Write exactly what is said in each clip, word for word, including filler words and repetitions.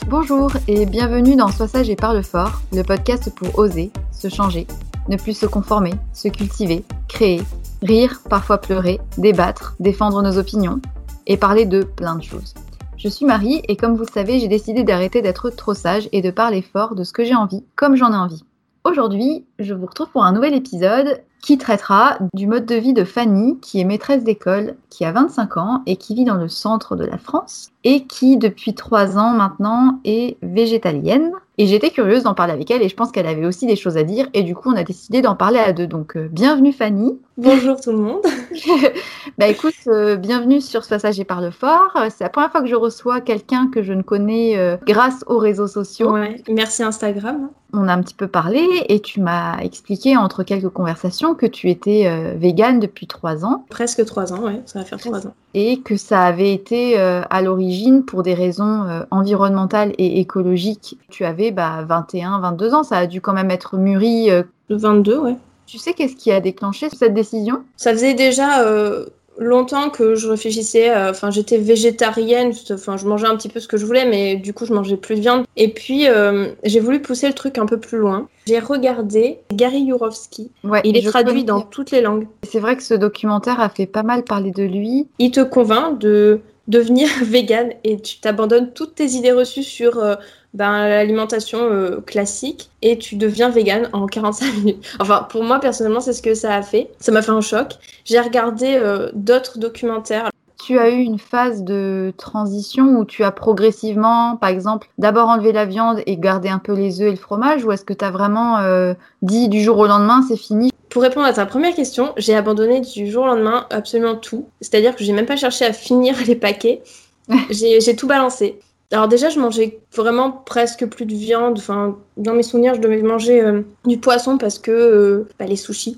Bonjour et bienvenue dans Sois sage et parle fort, le podcast pour oser, se changer, ne plus se conformer, se cultiver, créer, rire, parfois pleurer, débattre, défendre nos opinions et parler de plein de choses. Je suis Marie et comme vous le savez, j'ai décidé d'arrêter d'être trop sage et de parler fort de ce que j'ai envie, comme j'en ai envie. Aujourd'hui, je vous retrouve pour un nouvel épisode qui traitera du mode de vie de Fanny, qui est maîtresse d'école, qui a vingt-cinq ans et qui vit dans le centre de la France et qui, depuis trois ans maintenant, est végétalienne. Et j'étais curieuse d'en parler avec elle et je pense qu'elle avait aussi des choses à dire et du coup, on a décidé d'en parler à deux. Donc, euh, bienvenue Fanny. Bonjour tout le monde. Bah écoute, euh, bienvenue sur Sois sage et parle fort. C'est la première fois que je reçois quelqu'un que je ne connais euh, grâce aux réseaux sociaux. Ouais, merci Instagram. On a un petit peu parlé et tu m'as expliqué entre quelques conversations que tu étais euh, végane depuis trois ans. Presque trois ans, ouais, ça va faire trois ans. Et que ça avait été euh, à l'origine pour des raisons euh, environnementales et écologiques. Tu avais bah, vingt et un, vingt-deux ans, ça a dû quand même être mûri. Euh... vingt-deux, ouais. Tu sais qu'est-ce qui a déclenché cette décision ? Ça faisait déjà euh, longtemps que je réfléchissais, enfin euh, j'étais végétarienne, enfin je mangeais un petit peu ce que je voulais, mais du coup je mangeais plus de viande. Et puis euh, j'ai voulu pousser le truc un peu plus loin. J'ai regardé Gary Yourofsky, ouais, il est traduit connais. dans toutes les langues. C'est vrai que ce documentaire a fait pas mal parler de lui. Il te convainc de devenir végane et tu t'abandonnes toutes tes idées reçues sur euh, ben, l'alimentation euh, classique et tu deviens végane en quarante-cinq minutes. Enfin, pour moi, personnellement, c'est ce que ça a fait. Ça m'a fait un choc. J'ai regardé euh, d'autres documentaires. Tu as eu une phase de transition où tu as progressivement, par exemple, d'abord enlevé la viande et gardé un peu les œufs et le fromage, ou est-ce que tu as vraiment euh, dit du jour au lendemain, c'est fini ? Pour répondre à ta première question, j'ai abandonné du jour au lendemain absolument tout. C'est-à-dire que j'ai même pas cherché à finir les paquets. j'ai, j'ai tout balancé. Alors déjà, je mangeais vraiment presque plus de viande. Enfin, dans mes souvenirs, je devais manger euh, du poisson parce que euh, bah, les sushis.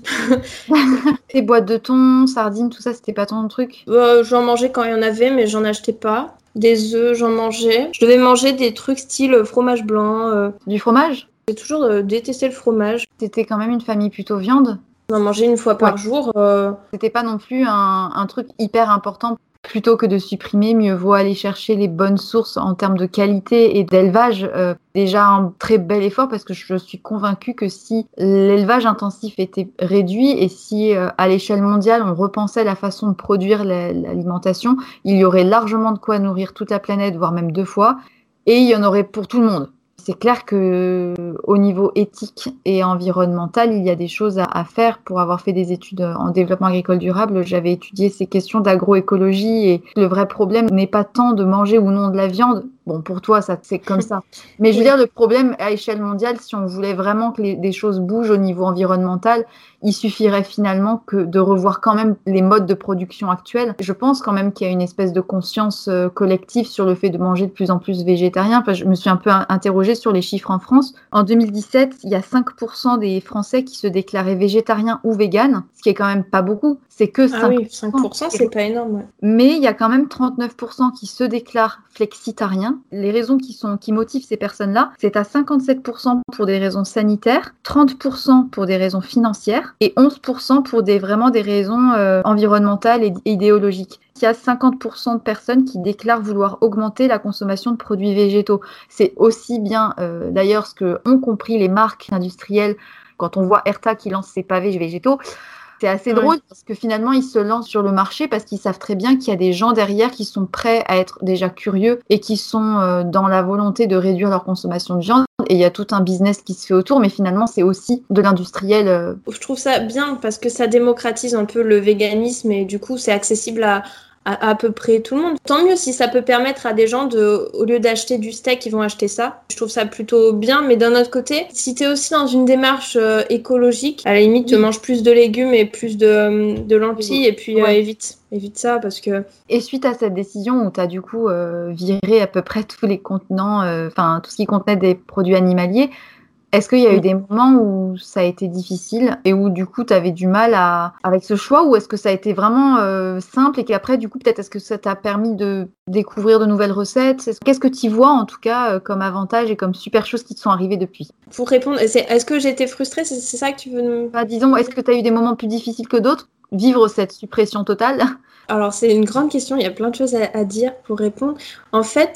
Tes boîtes de thon, sardines, tout ça, c'était pas ton truc ? euh, J'en mangeais quand il y en avait, mais j'en achetais pas. Des œufs, j'en mangeais. Je devais manger des trucs style fromage blanc. Euh... Du fromage ? J'ai toujours euh, détesté le fromage. T'étais quand même une famille plutôt viande ? On en mangeait une fois par ouais. jour. Euh... C'était pas non plus un, un truc hyper important. Plutôt que de supprimer, mieux vaut aller chercher les bonnes sources en termes de qualité et d'élevage. Euh, déjà un très bel effort parce que je suis convaincue que si l'élevage intensif était réduit et si euh, à l'échelle mondiale on repensait la façon de produire la, l'alimentation, il y aurait largement de quoi nourrir toute la planète, voire même deux fois, et il y en aurait pour tout le monde. C'est clair qu'au niveau éthique et environnemental, il y a des choses à, à faire. Pour avoir fait des études en développement agricole durable, j'avais étudié ces questions d'agroécologie et le vrai problème n'est pas tant de manger ou non de la viande. Bon, pour toi, ça c'est comme ça. Mais je veux dire, le problème à échelle mondiale, si on voulait vraiment que les, des choses bougent au niveau environnemental, il suffirait finalement que de revoir quand même les modes de production actuels. Je pense quand même qu'il y a une espèce de conscience euh, collective sur le fait de manger de plus en plus végétarien. Enfin, je me suis un peu interrogée sur les chiffres en France. En deux mille dix-sept, il y a cinq pour cent des Français qui se déclaraient végétariens ou véganes, ce qui est quand même pas beaucoup. C'est que cinq pour cent. Ah oui, cinq pour cent, c'est pas énorme. Ouais. Mais il y a quand même trente-neuf pour cent qui se déclarent flexitariens. Les raisons qui, sont, qui motivent ces personnes-là, c'est à cinquante-sept pour cent pour des raisons sanitaires, trente pour cent pour des raisons financières et onze pour cent pour des, vraiment des raisons euh, environnementales et idéologiques. Il y a cinquante pour cent de personnes qui déclarent vouloir augmenter la consommation de produits végétaux. C'est aussi bien, euh, d'ailleurs, ce qu'ont compris les marques industrielles quand on voit Erta qui lance ses pavés végétaux. C'est assez drôle ouais. parce que finalement, ils se lancent sur le marché parce qu'ils savent très bien qu'il y a des gens derrière qui sont prêts à être déjà curieux et qui sont euh, dans la volonté de réduire leur consommation de viande. Et il y a tout un business qui se fait autour, mais finalement, c'est aussi de l'industriel. Euh... Je trouve ça bien parce que ça démocratise un peu le véganisme et du coup, c'est accessible à... À, à peu près tout le monde. Tant mieux si ça peut permettre à des gens de, au lieu d'acheter du steak, ils vont acheter ça. Je trouve ça plutôt bien, mais d'un autre côté, si t'es aussi dans une démarche euh, écologique, à la limite, oui. te mange plus de légumes et plus de, de lentilles, oui. et puis ouais. euh, évite, évite ça parce que... Et suite à cette décision où t'as du coup euh, viré à peu près tous les contenants, enfin euh, tout ce qui contenait des produits animaliers, est-ce qu'il y a eu des moments où ça a été difficile et où du coup tu avais du mal à... avec ce choix, ou est-ce que ça a été vraiment euh, simple et qu'après du coup peut-être est-ce que ça t'a permis de découvrir de nouvelles recettes ? Qu'est-ce que tu vois en tout cas euh, comme avantage et comme super choses qui te sont arrivées depuis ? Pour répondre, c'est, est-ce que j'ai été frustrée ? c'est, c'est ça que tu veux nous... Bah, disons, est-ce que tu as eu des moments plus difficiles que d'autres ? Vivre cette suppression totale ? Alors c'est une grande question, il y a plein de choses à, à dire pour répondre. En fait...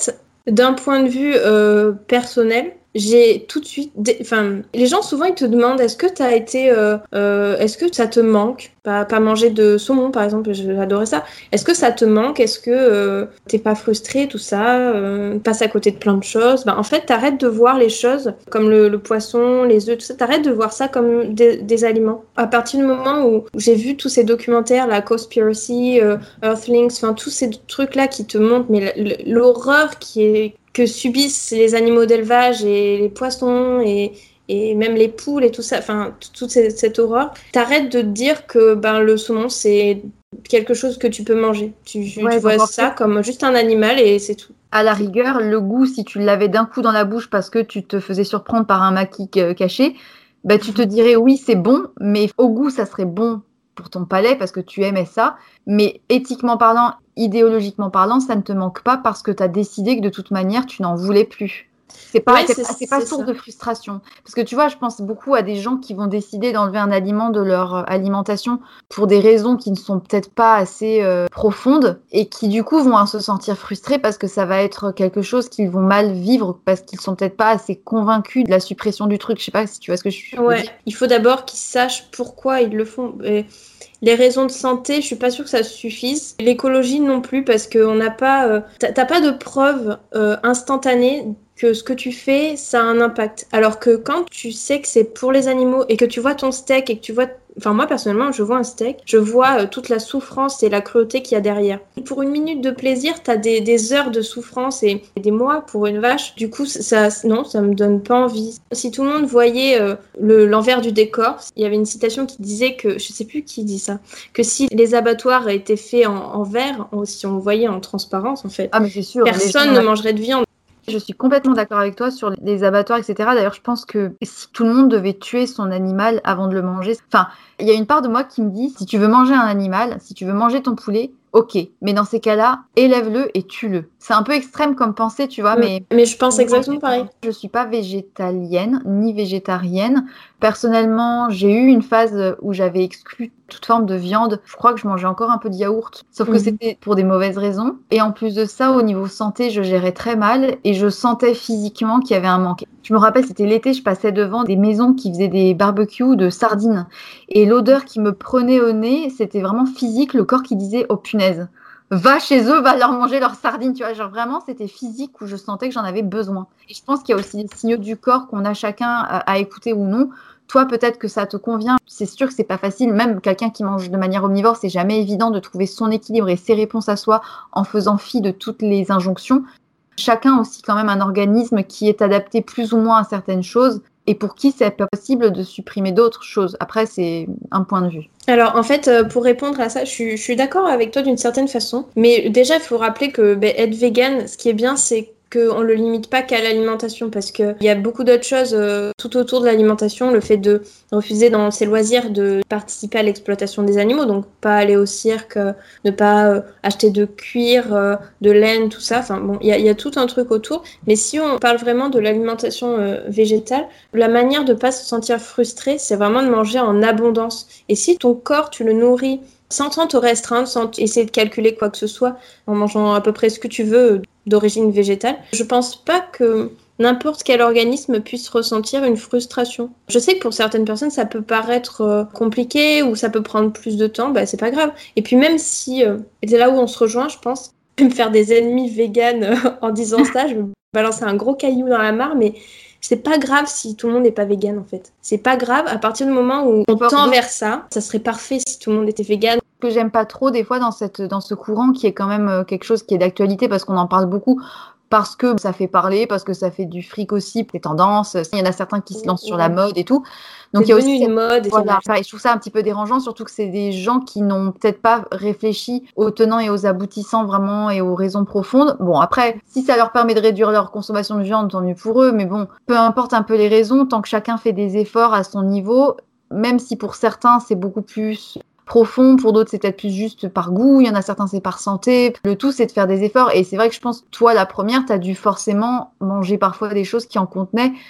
D'un point de vue euh, personnel, j'ai tout de suite... Dé... Enfin, les gens, souvent, ils te demandent, est-ce que t'as été... Euh, euh, est-ce que ça te manque pas, pas manger de saumon, par exemple, j'adorais ça. Est-ce que ça te manque? Est-ce que euh, t'es pas frustré, tout ça euh, passe à côté de plein de choses. Ben, en fait, t'arrêtes de voir les choses comme le, le poisson, les œufs, tout ça. T'arrêtes de voir ça comme des, des aliments. À partir du moment où j'ai vu tous ces documentaires, la Cowspiracy, euh, Earthlings, enfin, tous ces trucs-là qui te montrent mais l'horreur qui est... que subissent les animaux d'élevage et les poissons et, et même les poules et tout ça, enfin, toute cette, cette horreur, t'arrêtes de te dire que ben, le saumon, c'est quelque chose que tu peux manger. Tu, Ouais, tu vois ça fait... comme juste un animal et c'est tout. À la rigueur, le goût, si tu l'avais d'un coup dans la bouche parce que tu te faisais surprendre par un maquis caché, ben, tu te dirais oui, c'est bon, mais au goût, ça serait bon pour ton palais parce que tu aimais ça. Mais éthiquement parlant, idéologiquement parlant, ça ne te manque pas parce que tu as décidé que de toute manière, tu n'en voulais plus. C'est pas, ouais, c'est, c'est, c'est pas c'est source ça. de frustration. Parce que tu vois, je pense beaucoup à des gens qui vont décider d'enlever un aliment de leur alimentation pour des raisons qui ne sont peut-être pas assez euh, profondes et qui du coup vont se sentir frustrés parce que ça va être quelque chose qu'ils vont mal vivre parce qu'ils sont peut-être pas assez convaincus de la suppression du truc. Je sais pas si tu vois ce que je veux ouais. dire. Il faut d'abord qu'ils sachent pourquoi ils le font. Et les raisons de santé, je suis pas sûre que ça suffise. L'écologie non plus parce qu'on n'a pas, euh, t'as, t'as pas de preuves euh, instantanées que ce que tu fais, ça a un impact. Alors que quand tu sais que c'est pour les animaux et que tu vois ton steak et que tu vois... Enfin, moi, personnellement, je vois un steak, je vois euh, toute la souffrance et la cruauté qu'il y a derrière. Pour une minute de plaisir, t'as des, des heures de souffrance et des mois pour une vache. Du coup, ça, non, ça me donne pas envie. Si tout le monde voyait euh, le, l'envers du décor, il y avait une citation qui disait que, je sais plus qui dit ça, que si les abattoirs étaient faits en, en verre, si on voyait en transparence, en fait, ah, mais c'est sûr, personne ne mangerait de viande. Je suis complètement d'accord avec toi sur les abattoirs, et cetera. D'ailleurs, je pense que si tout le monde devait tuer son animal avant de le manger... Enfin, il y a une part de moi qui me dit, si tu veux manger un animal, si tu veux manger ton poulet, ok. Mais dans ces cas-là, élève-le et tue-le. C'est un peu extrême comme pensée, tu vois, mmh. mais... Mais je pense exactement pareil. Je suis pas végétalienne, ni végétarienne. Personnellement, j'ai eu une phase où j'avais exclu toute forme de viande. Je crois que je mangeais encore un peu de yaourt, sauf que mmh. c'était pour des mauvaises raisons. Et en plus de ça, au niveau santé, je gérais très mal et je sentais physiquement qu'il y avait un manque. Je me rappelle, c'était l'été, je passais devant des maisons qui faisaient des barbecues de sardines. Et l'odeur qui me prenait au nez, c'était vraiment physique, le corps qui disait « Oh punaise !» va chez eux, va leur manger leurs sardines, tu vois, genre vraiment c'était physique où je sentais que j'en avais besoin. Et je pense qu'il y a aussi des signaux du corps qu'on a chacun à, à écouter ou non. Toi, peut-être que ça te convient, c'est sûr que c'est pas facile, même quelqu'un qui mange de manière omnivore, c'est jamais évident de trouver son équilibre et ses réponses à soi en faisant fi de toutes les injonctions. Chacun a aussi quand même un organisme qui est adapté plus ou moins à certaines choses et pour qui c'est pas possible de supprimer d'autres choses. Après, c'est un point de vue. Alors, en fait, pour répondre à ça, je suis, je suis d'accord avec toi d'une certaine façon. Mais déjà, il faut rappeler que bah, être vegan, ce qui est bien, c'est qu'on ne le limite pas qu'à l'alimentation parce qu'il y a beaucoup d'autres choses euh, tout autour de l'alimentation. Le fait de refuser dans ses loisirs de participer à l'exploitation des animaux, donc pas aller au cirque, euh, ne pas euh, acheter de cuir, euh, de laine, tout ça. Enfin bon, il y, y a tout un truc autour. Mais si on parle vraiment de l'alimentation euh, végétale, la manière de ne pas se sentir frustré, c'est vraiment de manger en abondance. Et si ton corps, tu le nourris sans te restreindre, sans essayer de calculer quoi que ce soit, en mangeant à peu près ce que tu veux d'origine végétale, je pense pas que n'importe quel organisme puisse ressentir une frustration. Je sais que pour certaines personnes, ça peut paraître euh, compliqué ou ça peut prendre plus de temps, bah c'est pas grave. Et puis même si, euh, c'est là où on se rejoint, je pense, je vais me faire des ennemis véganes euh, en disant ça, je vais me balancer un gros caillou dans la mare, mais c'est pas grave si tout le monde n'est pas vegan en fait. C'est pas grave à partir du moment où on tend vers ça. Ça serait parfait si tout le monde était vegan. Ce que j'aime pas trop des fois dans, cette, dans ce courant qui est quand même quelque chose qui est d'actualité parce qu'on en parle beaucoup, parce que ça fait parler, parce que ça fait du fric aussi, des tendances. Il y en a certains qui se lancent sur la mode et tout. Donc c'est il y a aussi une mode. Et voilà, et je trouve ça un petit peu dérangeant, surtout que c'est des gens qui n'ont peut-être pas réfléchi aux tenants et aux aboutissants vraiment et aux raisons profondes. Bon, après, si ça leur permet de réduire leur consommation de viande, tant mieux pour eux. Mais bon, peu importe un peu les raisons, tant que chacun fait des efforts à son niveau, même si pour certains c'est beaucoup plus profond, pour d'autres c'est peut-être plus juste par goût, il y en a certains c'est par santé, le tout c'est de faire des efforts et c'est vrai que je pense toi la première t'as dû forcément manger parfois des choses qui en contenaient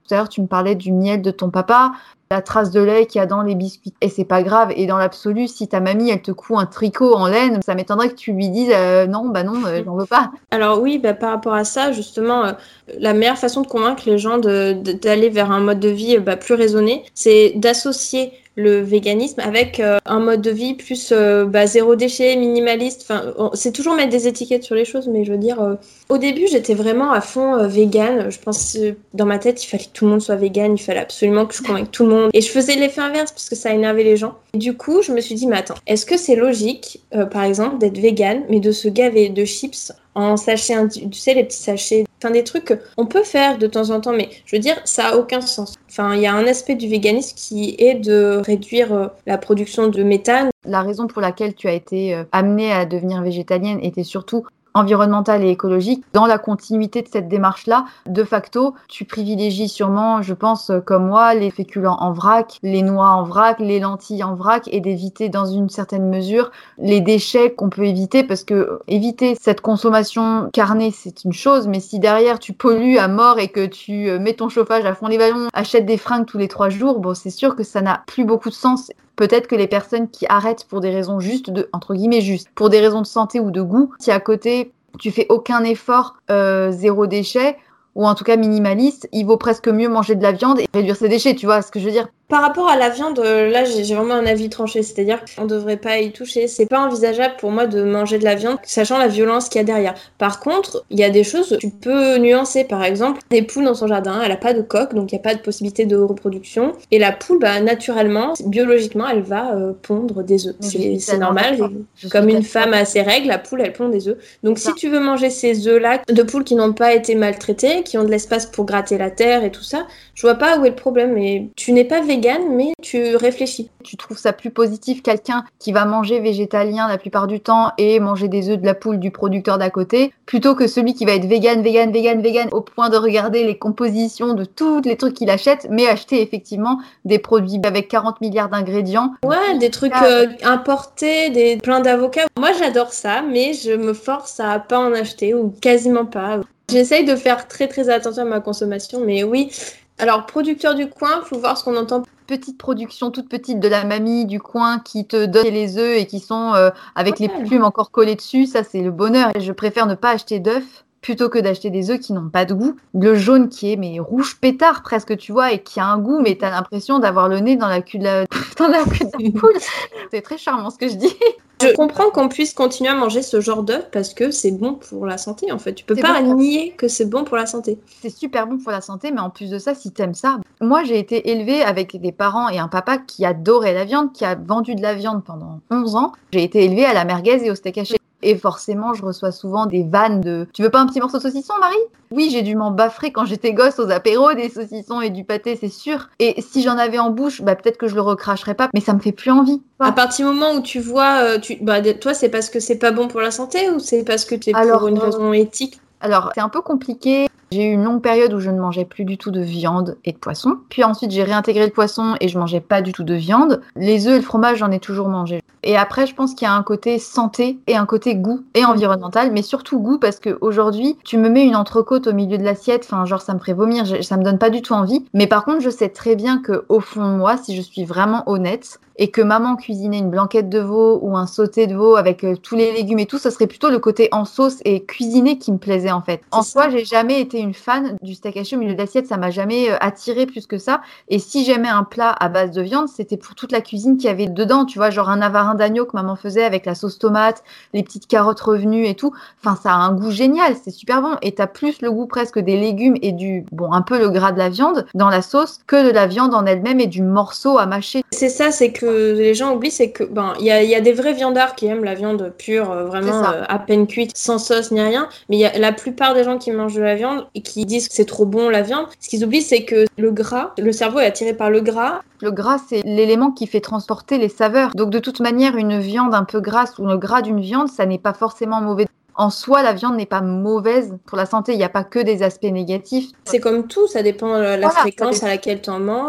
Tout à l'heure, tu me parlais du miel de ton papa, la trace de lait qu'il y a dans les biscuits. Et c'est pas grave. Et dans l'absolu, si ta mamie, elle te coud un tricot en laine, ça m'étonnerait que tu lui dises euh, non, bah non, euh, j'en veux pas. Alors oui, bah, par rapport à ça, justement, euh, la meilleure façon de convaincre les gens de, de, d'aller vers un mode de vie bah, plus raisonné, c'est d'associer le véganisme avec euh, un mode de vie plus euh, bah, zéro déchet, minimaliste. Enfin, on- c'est toujours mettre des étiquettes sur les choses, mais je veux dire, euh, au début, j'étais vraiment à fond euh, végane. Je pense euh, dans ma tête, il fallait que tout le monde soit végane, il fallait absolument que je convainque tout le monde. Et je faisais l'effet inverse parce que ça énervait les gens. Et du coup, je me suis dit, mais attends, est-ce que c'est logique, euh, par exemple, d'être végane, mais de se gaver de chips en sachet, indi- tu sais, les petits sachets, enfin des trucs qu'on peut faire de temps en temps, mais je veux dire, ça a aucun sens. Enfin, il y a un aspect du véganisme qui est de réduire euh, la production de méthane. La raison pour laquelle tu as été euh, amenée à devenir végétalienne était surtout environnementale et écologique. Dans la continuité de cette démarche-là, de facto, tu privilégies sûrement, je pense, euh, comme moi, les féculents en vrac, les noix en vrac, les lentilles en vrac, et d'éviter dans une certaine mesure les déchets qu'on peut éviter, parce que euh, éviter cette consommation carnée, c'est une chose, mais si derrière tu pollues à mort et que tu euh, mets ton chauffage à fond les ballons, achètes des fringues tous les trois jours, bon, c'est sûr que ça n'a plus beaucoup de sens. Peut-être que les personnes qui arrêtent pour des raisons justes, de, entre guillemets justes, pour des raisons de santé ou de goût, si à côté tu fais aucun effort euh, zéro déchet, ou en tout cas minimaliste, il vaut presque mieux manger de la viande et réduire ses déchets, tu vois ce que je veux dire? Par rapport à la viande, euh, là j'ai j'ai vraiment un avis tranché, c'est-à-dire qu'on ne devrait pas y toucher. C'est pas envisageable pour moi de manger de la viande, sachant la violence qu'il y a derrière. Par contre, il y a des choses que tu peux nuancer. Par exemple, des poules dans son jardin, elle a pas de coque, donc il n'y a pas de possibilité de reproduction. Et la poule, bah, naturellement, biologiquement, elle va euh, pondre des œufs. Mais je C'est suis c'est tellement normal. d'accord. Je Comme suis une tellement femme a ses règles, la poule, elle pond des œufs. Donc ça. si tu veux manger ces œufs-là, de poules qui n'ont pas été maltraitées, qui ont de l'espace pour gratter la terre et tout ça, je vois pas où est le problème. Et tu n'es pas végane, mais tu réfléchis. Tu trouves ça plus positif quelqu'un qui va manger végétalien la plupart du temps et manger des œufs de la poule du producteur d'à côté, plutôt que celui qui va être vegan, vegan, vegan, vegan, au point de regarder les compositions de tous les trucs qu'il achète, mais acheter effectivement des produits avec quarante milliards d'ingrédients. Ouais, des trucs euh, importés, des plein d'avocats. Moi, j'adore ça, mais je me force à pas en acheter ou quasiment pas. J'essaye de faire très très attention à ma consommation, mais oui. Alors, producteur du coin, faut voir ce qu'on entend. Petite production toute petite de la mamie du coin qui te donne les œufs et qui sont euh, avec Ouais. les plumes encore collées dessus, ça c'est le bonheur. Et je préfère ne pas acheter d'œufs plutôt que d'acheter des œufs qui n'ont pas de goût. Le jaune qui est mais rouge pétard presque, tu vois, et qui a un goût, mais t'as l'impression d'avoir le nez dans la queue de la, dans la queue de la poule. C'est très charmant ce que je dis. Je comprends qu'on puisse continuer à manger ce genre d'œufs parce que c'est bon pour la santé en fait. Tu peux C'est pas bon. nier que c'est bon pour la santé. C'est super bon pour la santé, mais en plus de ça, si t'aimes ça, moi j'ai été élevée avec des parents et un papa qui adorait la viande, qui a vendu de la viande pendant onze ans. J'ai été élevée à la merguez et au steak haché. Et forcément, je reçois souvent des vannes de « Tu veux pas un petit morceau de saucisson, Marie ?» Oui, j'ai dû m'en baffrer quand j'étais gosse aux apéros, des saucissons et du pâté, c'est sûr. Et si j'en avais en bouche, bah, peut-être que je le recracherais pas, mais ça me fait plus envie. À partir du moment où tu vois, euh, tu... bah, toi, c'est parce que c'est pas bon pour la santé ou c'est parce que tu es Alors, pour une euh, raison éthique? Alors, c'est un peu compliqué. J'ai eu une longue période où je ne mangeais plus du tout de viande et de poisson. Puis ensuite, j'ai réintégré le poisson et je mangeais pas du tout de viande. Les œufs et le fromage, j'en ai toujours mangé. Et après, je pense qu'il y a un côté santé et un côté goût et environnemental, mais surtout goût parce qu'aujourd'hui, tu me mets une entrecôte au milieu de l'assiette, enfin, genre, ça me ferait vomir, ça me donne pas du tout envie. Mais par contre, je sais très bien que au fond de moi, si je suis vraiment honnête, et que maman cuisinait une blanquette de veau ou un sauté de veau avec euh, tous les légumes et tout, ce serait plutôt le côté en sauce et cuisiné qui me plaisait en fait. En soi, j'ai jamais été une fan du steak haché au milieu d'assiette, ça m'a jamais euh, attiré plus que ça. Et si j'aimais un plat à base de viande, c'était pour toute la cuisine qu'il y avait dedans, tu vois, genre un navarin d'agneau que maman faisait avec la sauce tomate, les petites carottes revenues et tout. Enfin, ça a un goût génial, c'est super bon. Et t'as plus le goût presque des légumes et du, bon, un peu le gras de la viande dans la sauce que de la viande en elle-même et du morceau à mâcher. C'est ça, c'est que les gens oublient, c'est que ben il y a, y a des vrais viandards qui aiment la viande pure, euh, vraiment euh, à peine cuite, sans sauce ni rien. Mais il y a la plupart des gens qui mangent de la viande et qui disent que c'est trop bon la viande. Ce qu'ils oublient, c'est que le gras, le cerveau est attiré par le gras. Le gras, c'est l'élément qui fait transporter les saveurs. Donc de toute manière, une viande un peu grasse ou le gras d'une viande, ça n'est pas forcément mauvais. En soi, la viande n'est pas mauvaise pour la santé. Il n'y a pas que des aspects négatifs. C'est comme tout, ça dépend de la Voilà, fréquence dépend. à laquelle tu en manges.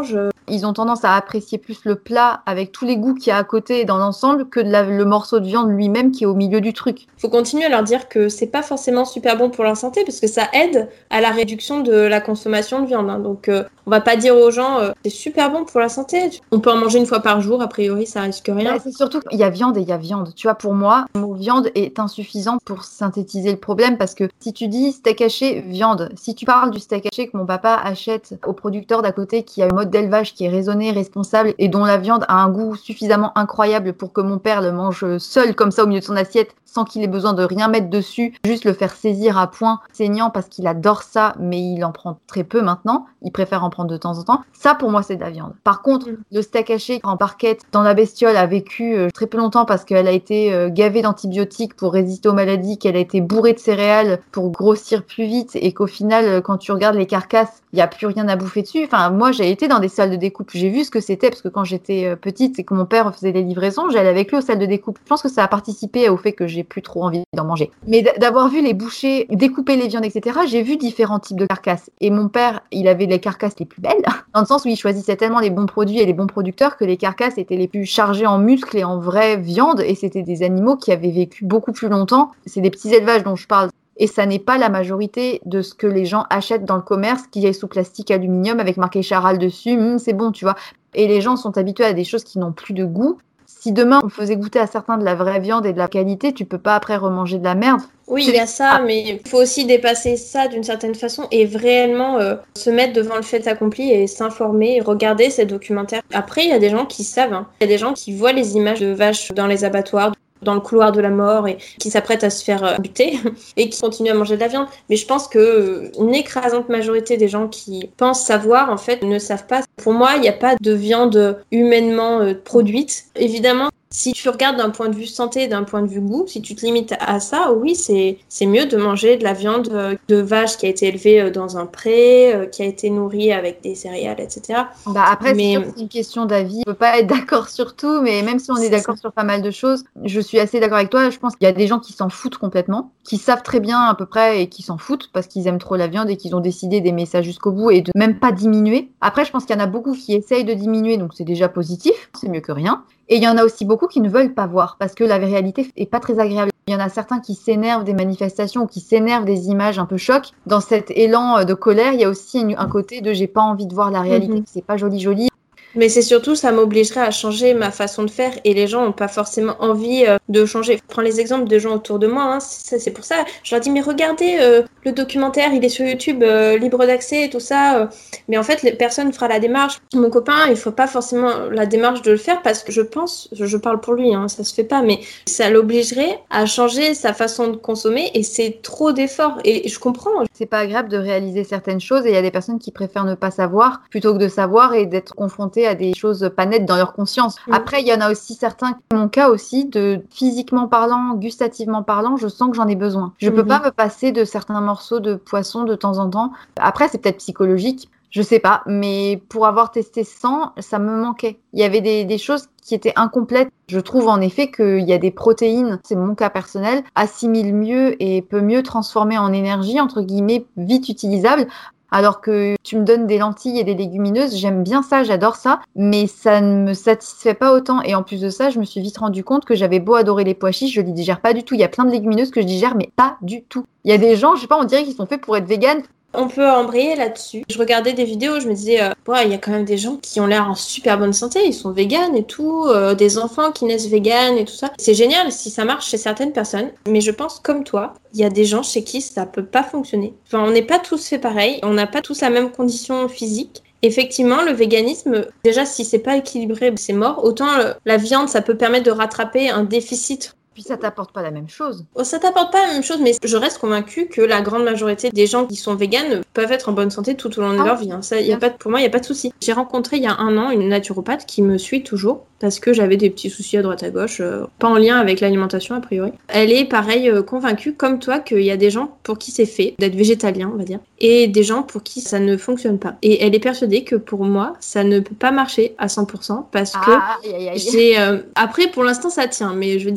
Ils ont tendance à apprécier plus le plat avec tous les goûts qu'il y a à côté et dans l'ensemble que de la, le morceau de viande lui-même qui est au milieu du truc. Faut continuer à leur dire que c'est pas forcément super bon pour leur santé parce que ça aide à la réduction de la consommation de viande. Hein. Donc euh, on va pas dire aux gens euh, c'est super bon pour la santé. On peut en manger une fois par jour, a priori ça risque rien. Bah, c'est surtout qu'il y a viande et il y a viande. Tu vois, pour moi, le mot viande est insuffisant pour synthétiser le problème parce que si tu dis steak haché, viande, si tu parles du steak haché que mon papa achète au producteur d'à côté qui a un mode d'élevage qui est raisonné, responsable et dont la viande a un goût suffisamment incroyable pour que mon père le mange seul comme ça au milieu de son assiette sans qu'il ait besoin de rien mettre dessus, juste le faire saisir à point saignant parce qu'il adore ça, mais il en prend très peu maintenant, il préfère en prendre de temps en temps. Ça, pour moi, c'est de la viande. Par contre, mmh. le steak haché en barquette dans la bestiole a vécu euh, très peu longtemps parce qu'elle a été euh, gavée d'antibiotiques pour résister aux maladies, qu'elle a été bourrée de céréales pour grossir plus vite et qu'au final, quand tu regardes les carcasses, il n'y a plus rien à bouffer dessus. Enfin, moi, j'ai été dans des salles de découpe, j'ai vu ce que c'était parce que quand j'étais petite et que mon père faisait les livraisons, j'allais avec lui aux salles de découpe. Je pense que ça a participé au fait que j'ai plus trop envie d'en manger. Mais d'avoir vu les bouchers découper les viandes, et cetera, j'ai vu différents types de carcasses. Et mon père, il avait les carcasses les plus belles, dans le sens où il choisissait tellement les bons produits et les bons producteurs que les carcasses étaient les plus chargées en muscles et en vraie viande. Et c'était des animaux qui avaient vécu beaucoup plus longtemps. C'est des petits élevages dont je parle. Et ça n'est pas la majorité de ce que les gens achètent dans le commerce qui est sous plastique aluminium avec marqué Charal dessus. Mmh, c'est bon, tu vois. Et les gens sont habitués à des choses qui n'ont plus de goût. Si demain on faisait goûter à certains de la vraie viande et de la qualité, tu peux pas après remanger de la merde. Oui, il y a ça, mais il faut aussi dépasser ça d'une certaine façon et réellement euh, se mettre devant le fait accompli et s'informer et regarder ces documentaires. Après, il y a des gens qui savent. Hein. Il y a des gens qui voient les images de vaches dans les abattoirs, dans le couloir de la mort et qui s'apprêtent à se faire euh, buter et qui continuent à manger de la viande. Mais je pense que euh, une écrasante majorité des gens qui pensent savoir, en fait, ne savent pas. Pour moi, il n'y a pas de viande humainement euh, produite. Évidemment, si tu regardes d'un point de vue santé, d'un point de vue goût, si tu te limites à ça, oui, c'est, c'est mieux de manger de la viande de vache qui a été élevée dans un pré, qui a été nourrie avec des céréales, et cetera. Bah après, mais... c'est sûr que c'est une question d'avis. On ne peut pas être d'accord sur tout, mais même si on est, est d'accord ça. sur pas mal de choses, je suis assez d'accord avec toi. Je pense qu'il y a des gens qui s'en foutent complètement, qui savent très bien à peu près et qui s'en foutent parce qu'ils aiment trop la viande et qu'ils ont décidé d'aimer ça jusqu'au bout et de même pas diminuer. Après, je pense qu'il y en a beaucoup qui essayent de diminuer, donc c'est déjà positif, c'est mieux que rien. Et il y en a aussi beaucoup qui ne veulent pas voir parce que la réalité est pas très agréable. Il y en a certains qui s'énervent des manifestations ou qui s'énervent des images un peu chocs. Dans cet élan de colère, il y a aussi un côté de j'ai pas envie de voir la réalité, mm-hmm. c'est pas joli joli. Mais c'est surtout, ça m'obligerait à changer ma façon de faire et les gens n'ont pas forcément envie euh, de changer. Je prends les exemples de gens autour de moi, hein, c'est, c'est pour ça. Je leur dis, mais regardez, euh, le documentaire, il est sur YouTube, euh, libre d'accès et tout ça. Euh, mais en fait, les personnes fera la démarche. Mon copain, il faut pas forcément la démarche de le faire parce que je pense, je, je parle pour lui, hein, ça se fait pas, mais ça l'obligerait à changer sa façon de consommer et c'est trop d'efforts. Et je comprends. C'est pas agréable de réaliser certaines choses et il y a des personnes qui préfèrent ne pas savoir plutôt que de savoir et d'être confrontées à des choses pas nettes dans leur conscience. Mmh. Après, il y en a aussi certains, mon cas aussi, de physiquement parlant, gustativement parlant, je sens que j'en ai besoin. Je mmh. peux pas me passer de certains morceaux de poisson de temps en temps. Après, c'est peut-être psychologique, je sais pas, mais pour avoir testé sans, ça me manquait. Il y avait des, des choses qui étaient incomplètes. Je trouve en effet qu'il y a des protéines, c'est mon cas personnel, assimilent mieux et peut mieux transformer en énergie, entre guillemets, vite utilisable. Alors que tu me donnes des lentilles et des légumineuses, j'aime bien ça, j'adore ça, mais ça ne me satisfait pas autant. Et en plus de ça, je me suis vite rendu compte que j'avais beau adorer les pois chiches, je les digère pas du tout. Il y a plein de légumineuses que je digère, mais pas du tout. Il y a des gens, je sais pas, on dirait qu'ils sont faits pour être véganes. On peut embrayer là-dessus. Je regardais des vidéos, je me disais, euh, ouais, il y a quand même des gens qui ont l'air en super bonne santé, ils sont véganes et tout, euh, des enfants qui naissent véganes et tout ça. C'est génial si ça marche chez certaines personnes, mais je pense comme toi, il y a des gens chez qui ça peut pas fonctionner. Enfin, on n'est pas tous fait pareil, on n'a pas tous la même condition physique. Effectivement, le véganisme, déjà si c'est pas équilibré, c'est mort. Autant euh, la viande, ça peut permettre de rattraper un déficit. Puis ça t'apporte pas la même chose. Ça t'apporte pas la même chose, mais je reste convaincue que la grande majorité des gens qui sont véganes peuvent être en bonne santé tout au long de ah, leur vie. Hein. Ça, y a pas de, pour moi, il n'y a pas de souci. J'ai rencontré il y a un an une naturopathe qui me suit toujours parce que j'avais des petits soucis à droite à gauche, euh, pas en lien avec l'alimentation a priori. Elle est pareil euh, convaincue comme toi qu'il y a des gens pour qui c'est fait d'être végétalien, on va dire, et des gens pour qui ça ne fonctionne pas. Et elle est persuadée que pour moi, ça ne peut pas marcher à cent pour cent parce que ah, aïe, aïe, aïe. j'ai... Euh... Après, pour l'instant, ça tient, mais je veux dire, ça fait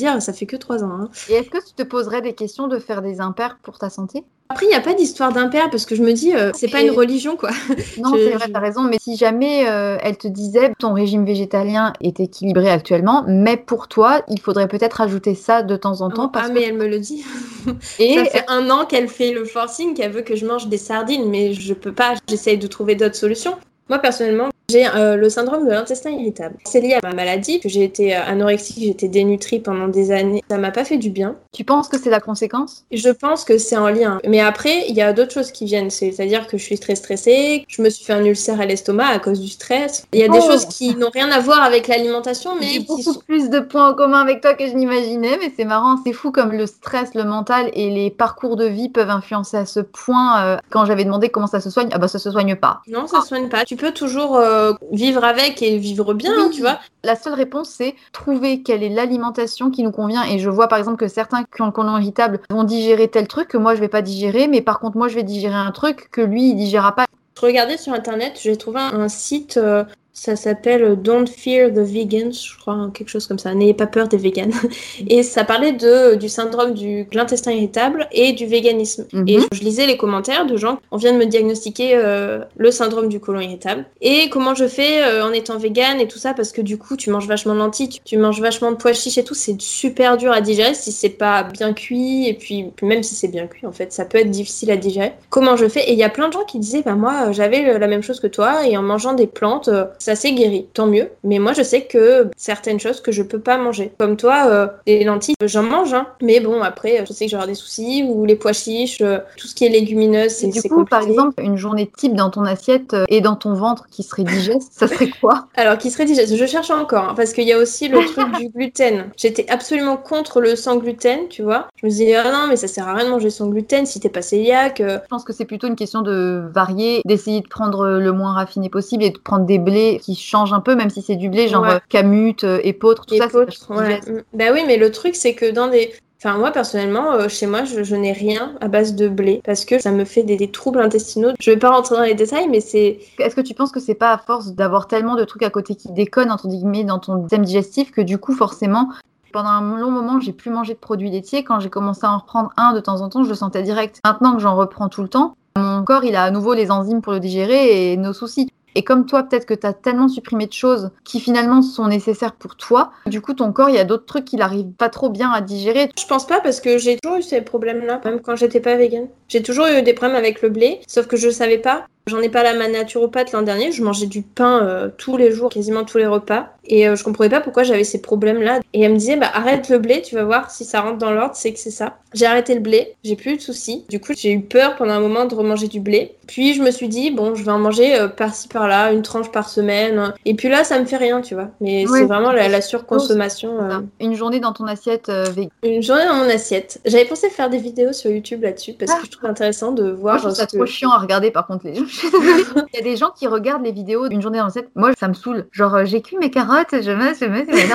que trois ans. Hein. Et est-ce que tu te poserais des questions de faire des impairs pour ta santé? Après, il n'y a pas d'histoire d'impair parce que je me dis, euh, c'est pas une religion, quoi. Non, je, c'est vrai, je... t'as raison, mais si jamais euh, elle te disait ton régime végétalien est équilibré actuellement, mais pour toi, il faudrait peut-être ajouter ça de temps en temps. Oh, Parce ah, que... mais elle me le dit. Et ça fait un an qu'elle fait le forcing, qu'elle veut que je mange des sardines, mais je peux pas, j'essaye de trouver d'autres solutions. Moi, personnellement, j'ai euh, le syndrome de l'intestin irritable. C'est lié à ma maladie, que j'ai été euh, anorexique, j'étais dénutrie pendant des années. Ça m'a pas fait du bien. Tu penses que c'est la conséquence? Je pense que c'est en lien. Mais après, il y a d'autres choses qui viennent. C'est-à-dire que je suis très stressée, je me suis fait un ulcère à l'estomac à cause du stress. Il y a Oh. des choses qui n'ont rien à voir avec l'alimentation, mais J'ai qui beaucoup sont... plus de points en commun avec toi que je n'imaginais, mais c'est marrant, c'est fou comme le stress, le mental et les parcours de vie peuvent influencer à ce point. Euh, quand j'avais demandé comment ça se soigne, ah bah ça se soigne pas. Non, ça soigne pas. Tu peux toujours euh, vivre avec et vivre bien, Oui. hein, tu vois. La seule réponse, c'est trouver quelle est l'alimentation qui nous convient. Et je vois par exemple que certains qui ont le côlon irritable vont digérer tel truc que moi je vais pas digérer, mais par contre moi je vais digérer un truc que lui il digérera pas. Je regardais sur internet, j'ai trouvé un site, euh, ça s'appelle Don't Fear the Vegans, je crois, quelque chose comme ça. N'ayez pas peur des véganes. Et ça parlait de, du syndrome de l'intestin irritable et du véganisme. Mhm. Et je lisais les commentaires de gens, on vient de me diagnostiquer euh, le syndrome du côlon irritable. Et comment je fais euh, en étant végane et tout ça, parce que du coup, tu manges vachement de lentilles, tu, tu manges vachement de pois chiches et tout, c'est super dur à digérer si c'est pas bien cuit. Et puis, puis même si c'est bien cuit, en fait, ça peut être difficile à digérer. Comment je fais? Et il y a plein de gens qui disaient, bah moi, j'avais la même chose que toi, et en mangeant des plantes, euh, ça s'est guéri, tant mieux. Mais moi, je sais que certaines choses que je peux pas manger. Comme toi, euh, les lentilles, j'en mange, hein. Mais bon, après, je sais que j'aurai des soucis, ou les pois chiches, euh, tout ce qui est légumineuse, c'est Du c'est coup, compliqué. par exemple, une journée type dans ton assiette euh, et dans ton ventre qui serait digeste, ça serait quoi? Alors, qui serait digeste? Je cherche encore, hein, parce qu'il y a aussi le truc du gluten. J'étais absolument contre le sans gluten, tu vois. Je me disais, ah non, mais ça sert à rien de manger sans gluten si t'es pas cœliaque. euh. Je pense que c'est plutôt une question de varier, d'essayer de prendre le moins raffiné possible et de prendre des blés qui changent un peu, même si c'est du blé, genre Ouais. euh, camute, euh, épeautre, tout ça, c'est Épeautre, vachement ouais. digeste. Mm. Bah oui, mais le truc, c'est que dans des... Enfin, moi, personnellement, euh, chez moi, je, je n'ai rien à base de blé parce que ça me fait des, des troubles intestinaux. Je vais pas rentrer dans les détails, mais c'est... Est-ce que tu penses que c'est pas à force d'avoir tellement de trucs à côté qui déconnent, entre guillemets, dans ton système digestif que du coup, forcément, pendant un long moment, j'ai plus mangé de produits laitiers. Quand j'ai commencé à en reprendre un de temps en temps, je le sentais direct. Maintenant que j'en reprends tout le temps, mon corps, il a à nouveau les enzymes pour le digérer et nos soucis. Et comme toi, peut-être que tu as tellement supprimé de choses qui finalement sont nécessaires pour toi, du coup, ton corps, il y a d'autres trucs qu'il arrive pas trop bien à digérer. Je pense pas parce que j'ai toujours eu ces problèmes-là, même quand j'étais pas végane. J'ai toujours eu des problèmes avec le blé, sauf que je savais pas. J'en ai parlé à ma naturopathe l'an dernier, je mangeais du pain euh, tous les jours, quasiment tous les repas, et euh, je comprenais pas pourquoi j'avais ces problèmes-là. Et elle me disait, bah arrête le blé, tu vas voir si ça rentre dans l'ordre, c'est que c'est ça. J'ai arrêté le blé, j'ai plus eu de soucis. Du coup, j'ai eu peur pendant un moment de remanger du blé. Puis je me suis dit, bon, je vais en manger euh, par-ci par-là, une tranche par semaine. Et puis là, ça me fait rien, tu vois. Mais Ouais, c'est vraiment la, c'est la surconsommation. euh, une journée dans ton assiette euh, végane. Une journée dans mon assiette. J'avais pensé faire des vidéos sur YouTube là-dessus parce que je trouve intéressant de voir. Moi, je trouve ça ce trop que... chiant à regarder, par contre, les gens. Je suis désolée. Il y a des gens qui regardent les vidéos d'une journée dans l'assiette. Moi, ça me saoule. Genre, euh, j'ai cuit mes carottes, je mets, je mets, je mets.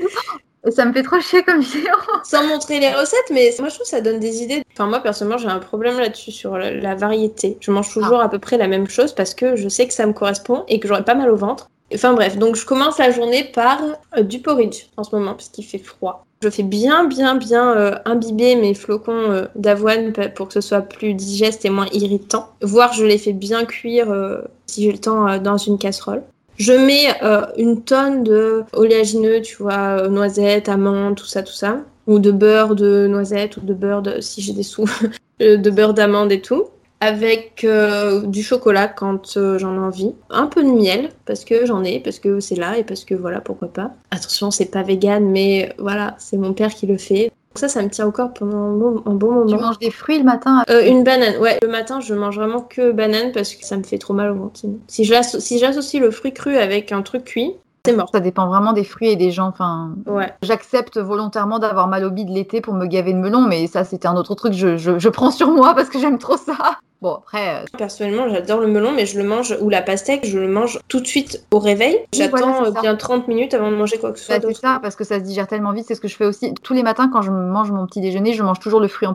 Et ça me fait trop chier comme vidéo. Sans montrer les recettes, mais moi je trouve que ça donne des idées. Enfin, moi personnellement, j'ai un problème là-dessus sur la, la variété. Je mange toujours Ah. à peu près la même chose parce que je sais que ça me correspond et que j'aurai pas mal au ventre. Enfin bref, donc je commence la journée par euh, du porridge en ce moment parce qu'il fait froid. Je fais bien, bien, bien euh, imbiber mes flocons euh, d'avoine pour que ce soit plus digeste et moins irritant. Voire je les fais bien cuire euh, si j'ai le temps euh, dans une casserole. Je mets euh, une tonne de oléagineux, tu vois, euh, noisettes, amandes, tout ça, tout ça. Ou de beurre de noisettes ou de beurre de, si j'ai des sous, de beurre d'amande et tout. Avec euh, du chocolat quand euh, j'en ai envie. Un peu de miel, parce que j'en ai, parce que c'est là et parce que voilà, pourquoi pas. Attention, c'est pas vegan, mais voilà, c'est mon père qui le fait. Donc ça, ça me tient au corps pendant un bon, un bon moment. Tu manges des fruits le matin? euh, Une banane, ouais. Le matin, je mange vraiment que banane parce que ça me fait trop mal au ventre. Si j'associe si j'associe le fruit cru avec un truc cuit, c'est mort. Ça dépend vraiment des fruits et des gens. Enfin, ouais. J'accepte volontairement d'avoir mal au bide l'été pour me gaver de melon, mais ça, c'était un autre truc. Je, je, je prends sur moi parce que j'aime trop ça. Bon, après... Euh... Personnellement, j'adore le melon, mais je le mange, ou la pastèque, je le mange tout de suite au réveil. Oui, J'attends voilà, bien trente minutes avant de manger quoi que ce soit bah, d'autre. C'est ça, parce que ça se digère tellement vite. C'est ce que je fais aussi. Tous les matins, quand je mange mon petit déjeuner, je mange toujours le fruit en premier.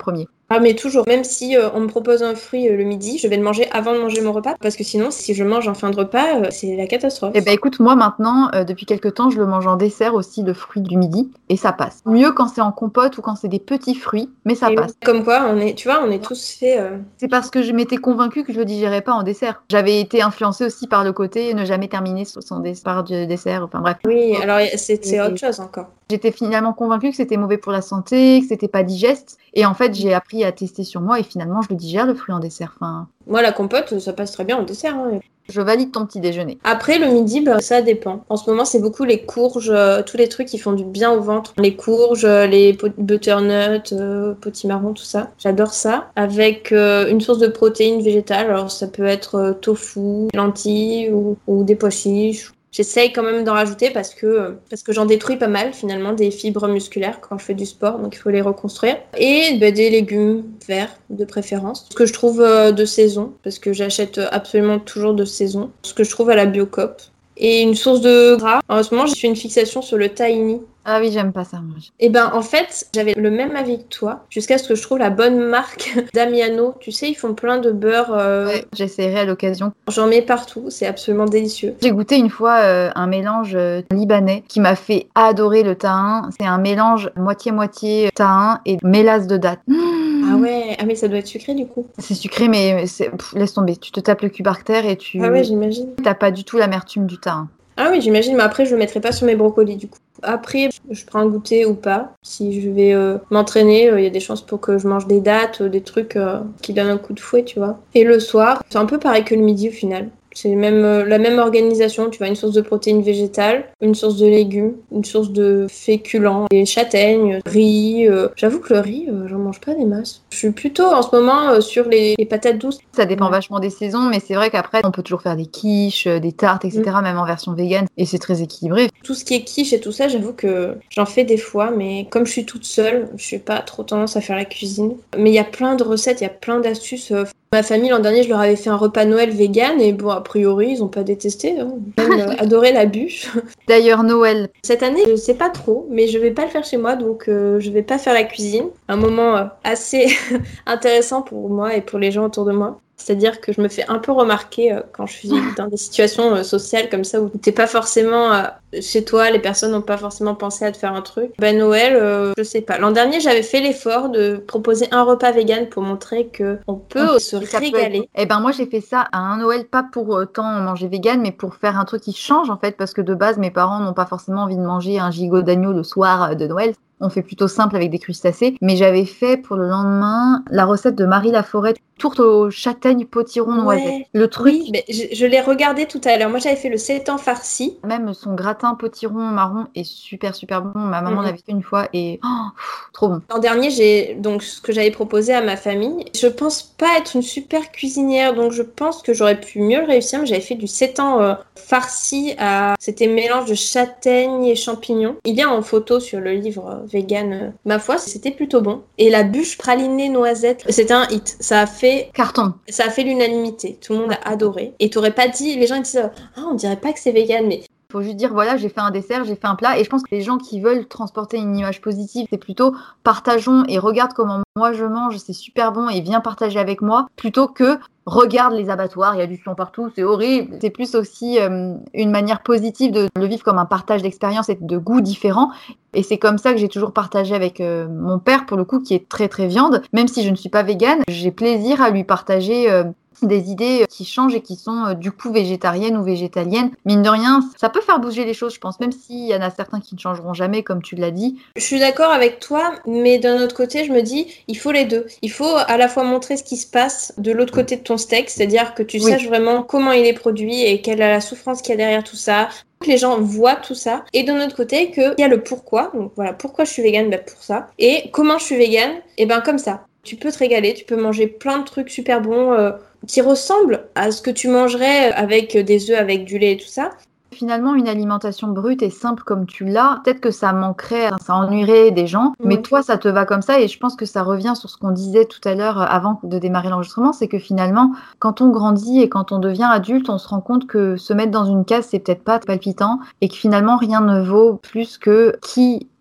Ah mais toujours, même si euh, on me propose un fruit euh, le midi, je vais le manger avant de manger mon repas, parce que sinon, si je mange en fin de repas, euh, c'est la catastrophe. Eh ben écoute, moi maintenant, euh, depuis quelques temps, je le mange en dessert aussi, le fruit du midi, et ça passe. Mieux quand c'est en compote ou quand c'est des petits fruits, mais ça Et passe. comme quoi, on est, tu vois, on est tous fait. euh, C'est parce que je m'étais convaincue que je le digérais pas en dessert. J'avais été influencée aussi par le côté ne jamais terminer son dessert, par du dessert, enfin bref. Oui, alors c'est c'est autre Et chose encore. j'étais finalement convaincue que c'était mauvais pour la santé, que c'était pas digeste, et en fait j'ai appris à tester sur moi et finalement je le digère le fruit en dessert. Enfin, Moi, la compote, ça passe très bien en dessert. hein. je valide ton petit déjeuner. Après, le midi, bah, ça dépend. En ce moment, c'est beaucoup les courges, euh, tous les trucs qui font du bien au ventre. Les courges, euh, les pot- butternuts, euh, potimarron, tout ça. J'adore ça. Avec euh, une source de protéines végétales. Alors, ça peut être euh, tofu, lentilles ou, ou des pois chiches. J'essaye quand même d'en rajouter parce que, euh, parce que j'en détruis pas mal finalement des fibres musculaires quand je fais du sport, donc il faut les reconstruire. Et bah, des légumes verts de préférence. Ce que je trouve euh, de saison, parce que j'achète absolument toujours de saison. Ce que je trouve à la Biocoop. Et une source de gras. En ce moment, j'ai fait une fixation sur le tahini. Ah oui, j'aime pas ça. Moi. Et ben en fait, j'avais le même avis que toi, jusqu'à ce que je trouve la bonne marque Damiano. Tu sais, ils font plein de beurre. euh, Ouais, j'essaierai à l'occasion. J'en mets partout, c'est absolument délicieux. J'ai goûté une fois euh, un mélange euh, libanais qui m'a fait adorer le tahin. C'est un mélange moitié-moitié tahin et mélasse de date. Ah ouais, ah mais ça doit être sucré du coup. C'est sucré, mais c'est- pff, laisse tomber. Tu te tapes le cul par terre et tu Ah ouais, j'imagine. t'as pas du tout l'amertume du tahin. Ah oui, j'imagine, mais après je le mettrai pas sur mes brocolis du coup. Après, je prends un goûter ou pas. Si je vais euh, m'entraîner, il y a des chances pour que je mange des dattes, euh, des trucs euh, qui donnent un coup de fouet, tu vois. Et le soir, c'est un peu pareil que le midi au final. C'est même, euh, la même organisation, tu vois, une source de protéines végétales, une source de légumes, une source de féculents, des châtaignes, riz. euh. J'avoue que le riz, euh, j'en mange pas des masses. Je suis plutôt en ce moment euh, sur les, les patates douces. Ça dépend Ouais. vachement des saisons, mais c'est vrai qu'après, on peut toujours faire des quiches, euh, des tartes, et cetera, même en version végane, et c'est très équilibré. Tout ce qui est quiche et tout ça, j'avoue que j'en fais des fois, mais comme je suis toute seule, je suis pas trop tendance à faire la cuisine. Mais il y a plein de recettes, il y a plein d'astuces. euh. Ma famille, l'an dernier, je leur avais fait un repas Noël vegan, et bon, a priori, ils ont pas détesté. Hein. Ils ont même euh, adoré la bûche. D'ailleurs, Noël, Cette année, je sais pas trop, mais je vais pas le faire chez moi, donc euh, je vais pas faire la cuisine. Un moment euh, assez intéressant pour moi et pour les gens autour de moi. C'est-à-dire que je me fais un peu remarquer euh, quand je suis dans des situations euh, sociales comme ça où t'es pas forcément euh, chez toi, les personnes n'ont pas forcément pensé à te faire un truc. Ben Noël, euh, je sais pas. L'an dernier, j'avais fait l'effort de proposer un repas vegan pour montrer que on peut Ok, se ça peut régaler. être- Eh ben moi j'ai fait ça à un Noël, pas pour autant manger vegan, mais pour faire un truc qui change en fait, parce que de base mes parents n'ont pas forcément envie de manger un gigot d'agneau le soir euh, de Noël. On fait plutôt simple avec des crustacés, mais j'avais fait pour le lendemain la recette de Marie Laforêt, tourte aux châtaignes potiron noisettes. Ouais, Le truc, oui, mais je, je l'ai regardé tout à l'heure. Moi, j'avais fait le sept ans farci. même son gratin potiron marron est super super bon. Ma maman Mhm. l'avait fait une fois et oh, pff, trop bon. L'an dernier, j'ai donc ce que j'avais proposé à ma famille. Je pense pas être une super cuisinière, donc je pense que j'aurais pu mieux le réussir. Mais j'avais fait du sept ans euh, farci à. C'était mélange de châtaignes et champignons. Il est en photo sur le livre euh, vegan. euh, Ma foi, c'était plutôt bon. Et la bûche pralinée noisette, c'était un hit. Ça a fait. Carton. Ça a fait l'unanimité. Tout le monde a adoré. Et t'aurais pas dit. Les gens ils disent ah, on dirait pas que c'est vegan, mais. Faut juste dire, voilà, j'ai fait un dessert, j'ai fait un plat. Et je pense que les gens qui veulent transporter une image positive, c'est plutôt partageons et regarde comment moi je mange, c'est super bon et viens partager avec moi, plutôt que regarde les abattoirs, il y a du sang partout, c'est horrible. C'est plus aussi euh, une manière positive de le vivre comme un partage d'expérience et de goûts différents. Et c'est comme ça que j'ai toujours partagé avec euh, mon père, pour le coup, qui est très très viande. Même si je ne suis pas végane, j'ai plaisir à lui partager euh, des idées qui changent et qui sont euh, du coup végétariennes ou végétaliennes. Mine de rien, ça peut faire bouger les choses, je pense, même s'il y en a certains qui ne changeront jamais, comme tu l'as dit. Je suis d'accord avec toi, mais d'un autre côté, je me dis, il faut les deux. Il faut à la fois montrer ce qui se passe de l'autre côté de ton steak, c'est-à-dire que tu Oui. saches vraiment comment il est produit et quelle est la souffrance qu'il y a derrière tout ça. Que les gens voient tout ça. Et d'un autre côté, qu'il y a le pourquoi. Donc voilà, pourquoi je suis végane, ben pour ça. Et comment je suis végane, et ben comme ça. Tu peux te régaler, tu peux manger plein de trucs super bons euh, qui ressemblent à ce que tu mangerais avec des œufs, avec du lait et tout ça. Finalement, une alimentation brute et simple comme tu l'as, peut-être que ça manquerait, ça ennuierait des gens, mais Ouais. toi, ça te va comme ça. Et je pense que ça revient sur ce qu'on disait tout à l'heure avant de démarrer l'enregistrement, c'est que finalement, quand on grandit et quand on devient adulte, on se rend compte que se mettre dans une case, c'est peut-être pas palpitant et que finalement, rien ne vaut plus que qui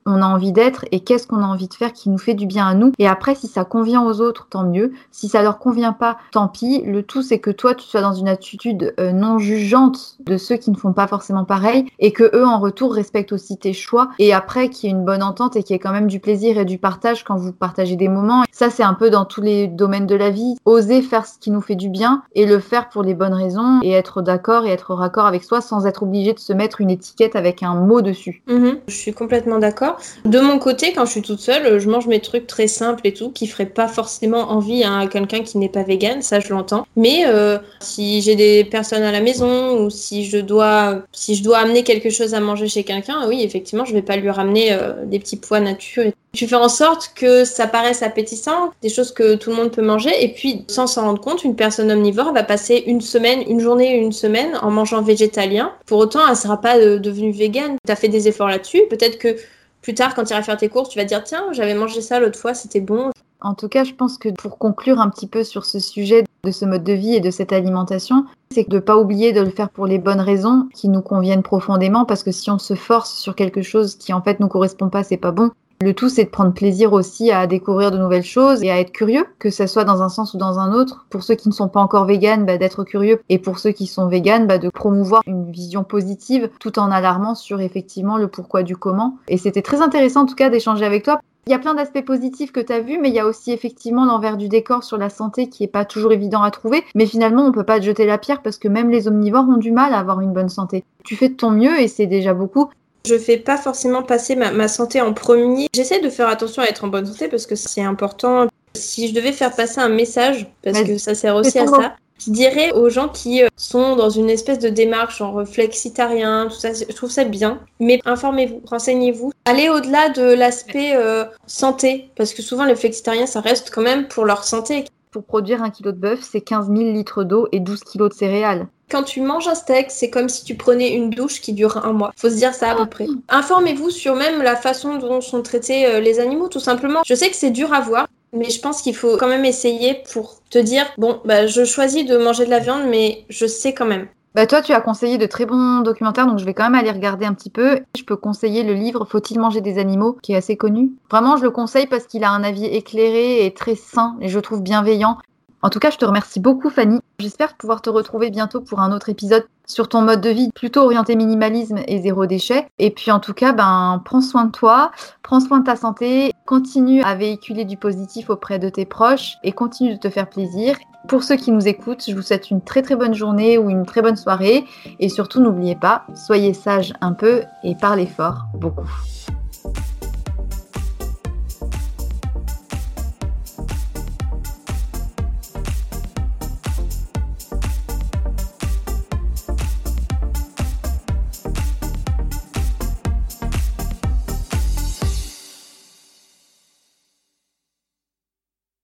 on a envie d'être et qu'est-ce qu'on a envie de faire qui nous fait du bien à nous. Et après, si ça convient aux autres, tant mieux. Si ça leur convient pas, tant pis. Le tout, c'est que toi, tu sois dans une attitude euh, non jugeante de ceux qui ne font pas forcément pareil et que eux, en retour, respectent aussi tes choix. Et après, qu'il y ait une bonne entente et qu'il y ait quand même du plaisir et du partage quand vous partagez des moments. Ça, c'est un peu dans tous les domaines de la vie. Oser faire ce qui nous fait du bien et le faire pour les bonnes raisons et être d'accord et être raccord avec soi sans être obligé de se mettre une étiquette avec un mot dessus. Mmh, je suis complètement d'accord. De mon côté, quand je suis toute seule, je mange mes trucs très simples et tout, qui feraient pas forcément envie à quelqu'un qui n'est pas vegan, ça je l'entends. Mais euh, si j'ai des personnes à la maison ou si je dois, si je dois amener quelque chose à manger chez quelqu'un, oui, effectivement, je vais pas lui ramener euh, des petits pois nature. Et tu fais en sorte que ça paraisse appétissant, des choses que tout le monde peut manger, et puis sans s'en rendre compte, une personne omnivore va passer une semaine, une journée, une semaine en mangeant végétalien. Pour autant, elle sera pas euh, devenue végane. Tu as fait des efforts là-dessus. Peut-être que plus tard, quand tu iras faire tes courses, tu vas te dire tiens, j'avais mangé ça l'autre fois, c'était bon. En tout cas, je pense que pour conclure un petit peu sur ce sujet de ce mode de vie et de cette alimentation, c'est de ne pas oublier de le faire pour les bonnes raisons qui nous conviennent profondément, parce que si on se force sur quelque chose qui en fait nous correspond pas, c'est pas bon. Le tout, c'est de prendre plaisir aussi à découvrir de nouvelles choses et à être curieux, que ça soit dans un sens ou dans un autre. Pour ceux qui ne sont pas encore véganes, bah, d'être curieux. Et pour ceux qui sont véganes, bah, de promouvoir une vision positive tout en alarmant sur effectivement le pourquoi du comment. Et c'était très intéressant en tout cas d'échanger avec toi. Il y a plein d'aspects positifs que tu as vus, mais il y a aussi effectivement l'envers du décor sur la santé qui est pas toujours évident à trouver. Mais finalement, on peut pas te jeter la pierre parce que même les omnivores ont du mal à avoir une bonne santé. Tu fais de ton mieux et c'est déjà beaucoup. Je fais pas forcément passer ma, ma santé en premier. J'essaie de faire attention à être en bonne santé parce que c'est important. Si je devais faire passer un message, parce Vas-y. que ça sert aussi à ça, je dirais aux gens qui euh, sont dans une espèce de démarche genre flexitarien, tout ça, je trouve ça bien. Mais informez-vous, renseignez-vous. Allez au-delà de l'aspect euh, santé, parce que souvent les flexitariens, ça reste quand même pour leur santé. Pour produire un kilo de bœuf, c'est quinze mille litres d'eau et douze kilos de céréales. Quand tu manges un steak, c'est comme si tu prenais une douche qui dure un mois. Faut se dire ça à peu près. Informez-vous sur même la façon dont sont traités euh, les animaux, tout simplement. Je sais que c'est dur à voir, mais je pense qu'il faut quand même essayer pour te dire, bon, bah, je choisis de manger de la viande, mais je sais quand même. Bah toi, tu as conseillé de très bons documentaires, donc je vais quand même aller regarder un petit peu. Je peux conseiller le livre Faut-il manger des animaux, qui est assez connu. Vraiment, je le conseille parce qu'il a un avis éclairé et très sain, et je trouve bienveillant. En tout cas, je te remercie beaucoup, Fanny. J'espère pouvoir te retrouver bientôt pour un autre épisode sur ton mode de vie plutôt orienté minimalisme et zéro déchet. Et puis en tout cas, ben, prends soin de toi, prends soin de ta santé, continue à véhiculer du positif auprès de tes proches et continue de te faire plaisir. Pour ceux qui nous écoutent, je vous souhaite une très très bonne journée ou une très bonne soirée. Et surtout, n'oubliez pas, soyez sages un peu et parlez fort beaucoup.